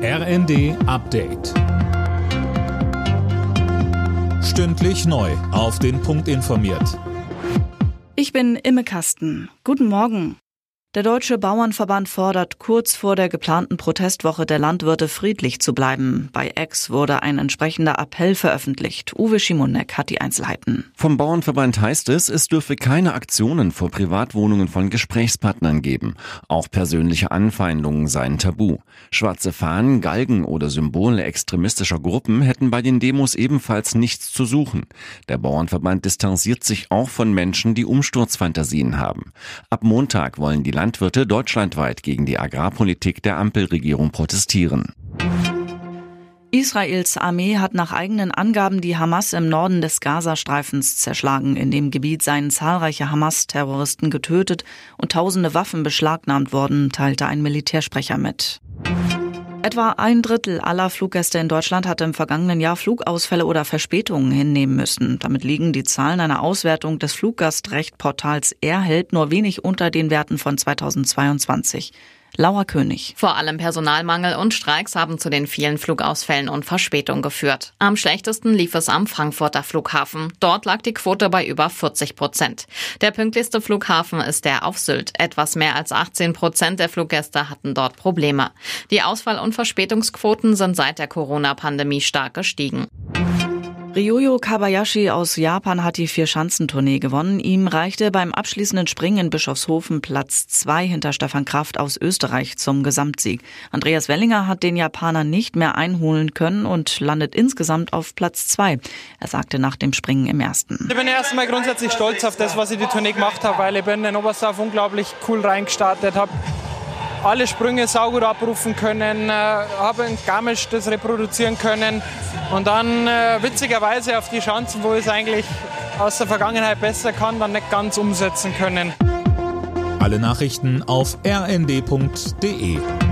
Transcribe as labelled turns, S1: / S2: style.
S1: RND Update. Stündlich neu auf den Punkt informiert.
S2: Ich bin Imme Kasten. Guten Morgen. Der Deutsche Bauernverband fordert, kurz vor der geplanten Protestwoche der Landwirte friedlich zu bleiben. Bei X wurde ein entsprechender Appell veröffentlicht. Uwe Schimonek hat die Einzelheiten.
S3: Vom Bauernverband heißt es dürfe keine Aktionen vor Privatwohnungen von Gesprächspartnern geben. Auch persönliche Anfeindungen seien tabu. Schwarze Fahnen, Galgen oder Symbole extremistischer Gruppen hätten bei den Demos ebenfalls nichts zu suchen. Der Bauernverband distanziert sich auch von Menschen, die Umsturzfantasien haben. Ab Montag wollen die Landwirte deutschlandweit gegen die Agrarpolitik der Ampelregierung protestieren.
S2: Israels Armee hat nach eigenen Angaben die Hamas im Norden des Gazastreifens zerschlagen. In dem Gebiet seien zahlreiche Hamas-Terroristen getötet und tausende Waffen beschlagnahmt worden, teilte ein Militärsprecher mit. Etwa 1/3 aller Fluggäste in Deutschland hat im vergangenen Jahr Flugausfälle oder Verspätungen hinnehmen müssen. Damit liegen die Zahlen einer Auswertung des Fluggastrechtportals AirHelp nur wenig unter den Werten von 2022. Laura König.
S4: Vor allem Personalmangel und Streiks haben zu den vielen Flugausfällen und Verspätungen geführt. Am schlechtesten lief es am Frankfurter Flughafen. Dort lag die Quote bei über 40%. Der pünktlichste Flughafen ist der auf Sylt. Etwas mehr als 18% der Fluggäste hatten dort Probleme. Die Ausfall- und Verspätungsquoten sind seit der Corona-Pandemie stark gestiegen.
S2: Ryoyo Kobayashi aus Japan hat die Vierschanzentournee gewonnen. Ihm reichte beim abschließenden Springen in Bischofshofen Platz 2 hinter Stefan Kraft aus Österreich zum Gesamtsieg. Andreas Wellinger hat den Japaner nicht mehr einholen können und landet insgesamt auf Platz 2. Er sagte nach dem Springen im ersten:
S5: Ich bin erstmal grundsätzlich stolz auf das, was ich die Tournee gemacht habe, weil ich bin in Oberstdorf unglaublich cool reingestartet habe. Alle Sprünge saugut abrufen können, habe in Garmisch das reproduzieren können und dann witzigerweise auf die Schanzen, wo ich es eigentlich aus der Vergangenheit besser kann, dann nicht ganz umsetzen können.
S1: Alle Nachrichten auf rnd.de.